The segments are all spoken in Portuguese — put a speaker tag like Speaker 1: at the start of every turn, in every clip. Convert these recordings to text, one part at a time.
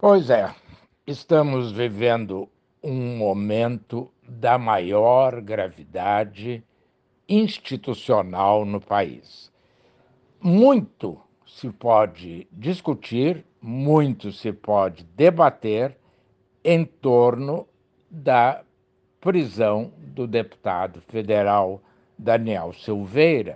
Speaker 1: Pois é, estamos vivendo um momento da maior gravidade institucional no país. Muito se pode discutir, muito se pode debater em torno da prisão do deputado federal Daniel Silveira,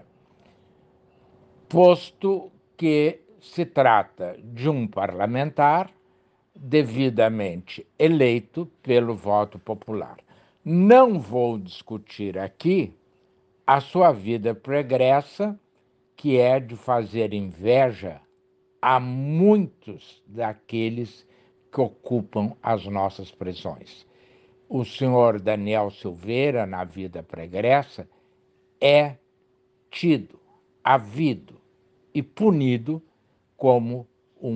Speaker 1: posto que se trata de um parlamentar devidamente eleito pelo voto popular. Não vou discutir aqui a sua vida pregressa, que é de fazer inveja a muitos daqueles que ocupam as nossas prisões. O senhor Daniel Silveira, na vida pregressa, é tido, havido e punido como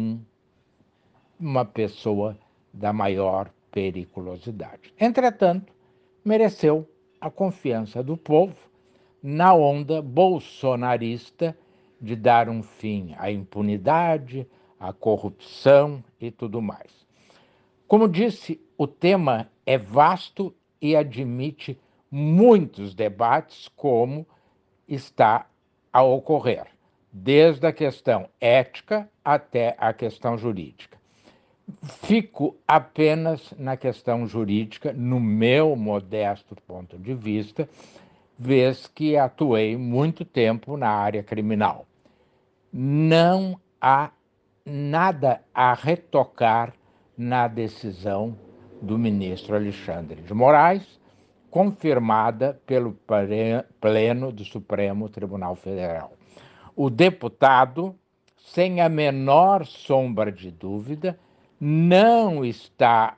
Speaker 1: uma pessoa da maior periculosidade. Entretanto, mereceu a confiança do povo na onda bolsonarista de dar um fim à impunidade, à corrupção e tudo mais. Como disse, o tema é vasto e admite muitos debates, como está a ocorrer, desde a questão ética até a questão jurídica. Fico apenas na questão jurídica, no meu modesto ponto de vista, vez que atuei muito tempo na área criminal. Não há nada a retocar na decisão do ministro Alexandre de Moraes, confirmada pelo Pleno do Supremo Tribunal Federal. O deputado, sem a menor sombra de dúvida, não está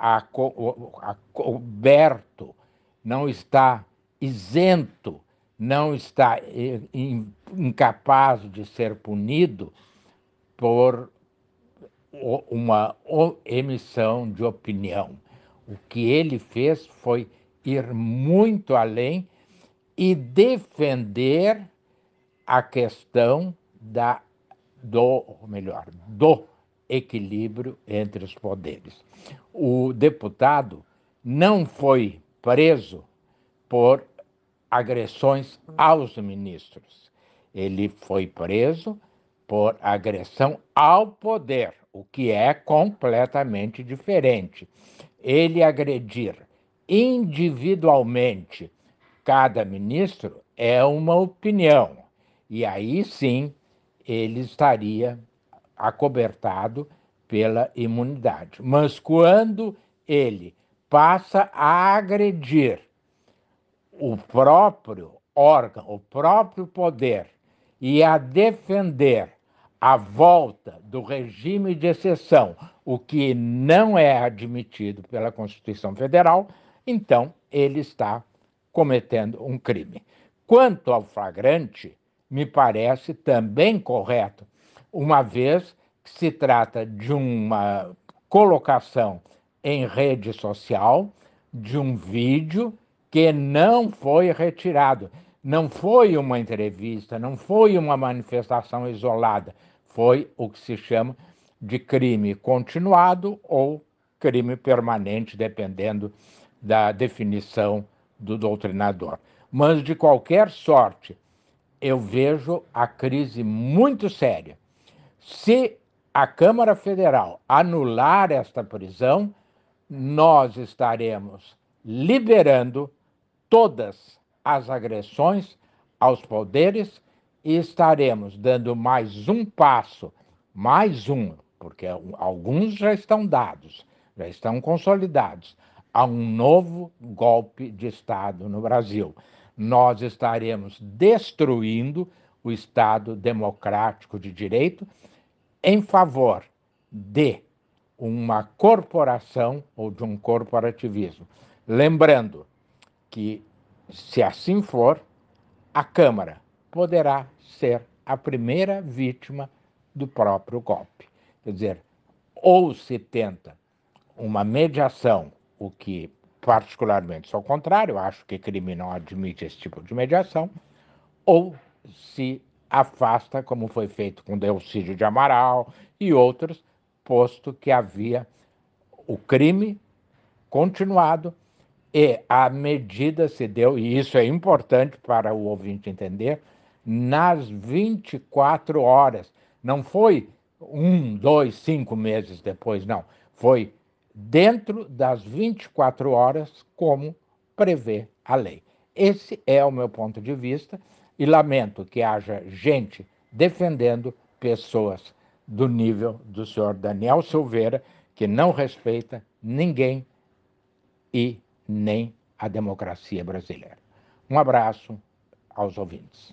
Speaker 1: acoberto, não está isento, não está incapaz de ser punido por uma emissão de opinião. O que ele fez foi ir muito além e defender a questão do equilíbrio entre os poderes. O deputado não foi preso por agressões aos ministros. Ele foi preso por agressão ao poder, o que é completamente diferente. Ele agredir individualmente cada ministro é uma opinião, e aí sim ele estaria acobertado pela imunidade. Mas quando ele passa a agredir o próprio órgão, o próprio poder, e a defender a volta do regime de exceção, o que não é admitido pela Constituição Federal, então ele está cometendo um crime. Quanto ao flagrante, me parece também correto, uma vez que se trata de uma colocação em rede social de um vídeo que não foi retirado. Não foi uma entrevista, não foi uma manifestação isolada, foi o que se chama de crime continuado ou crime permanente, dependendo da definição do doutrinador. Mas, de qualquer sorte, eu vejo a crise muito séria. Se a Câmara Federal anular esta prisão, nós estaremos liberando todas as agressões aos poderes e estaremos dando mais um passo, mais um, porque alguns já estão dados, já estão consolidados, a um novo golpe de Estado no Brasil. Nós estaremos destruindo o Estado democrático de direito em favor de uma corporação ou de um corporativismo. Lembrando que, se assim for, a Câmara poderá ser a primeira vítima do próprio golpe. Quer dizer, ou se tenta uma mediação, o que particularmente sou contrário, acho que crime não admite esse tipo de mediação, ou se afasta, como foi feito com Delcídio de Amaral e outros, posto que havia o crime continuado e a medida se deu, e isso é importante para o ouvinte entender, nas 24 horas. Não foi 1, 2, 5 meses depois, não. Foi dentro das 24 horas, como prevê a lei. Esse é o meu ponto de vista e lamento que haja gente defendendo pessoas do nível do senhor Daniel Silveira, que não respeita ninguém e nem a democracia brasileira. Um abraço aos ouvintes.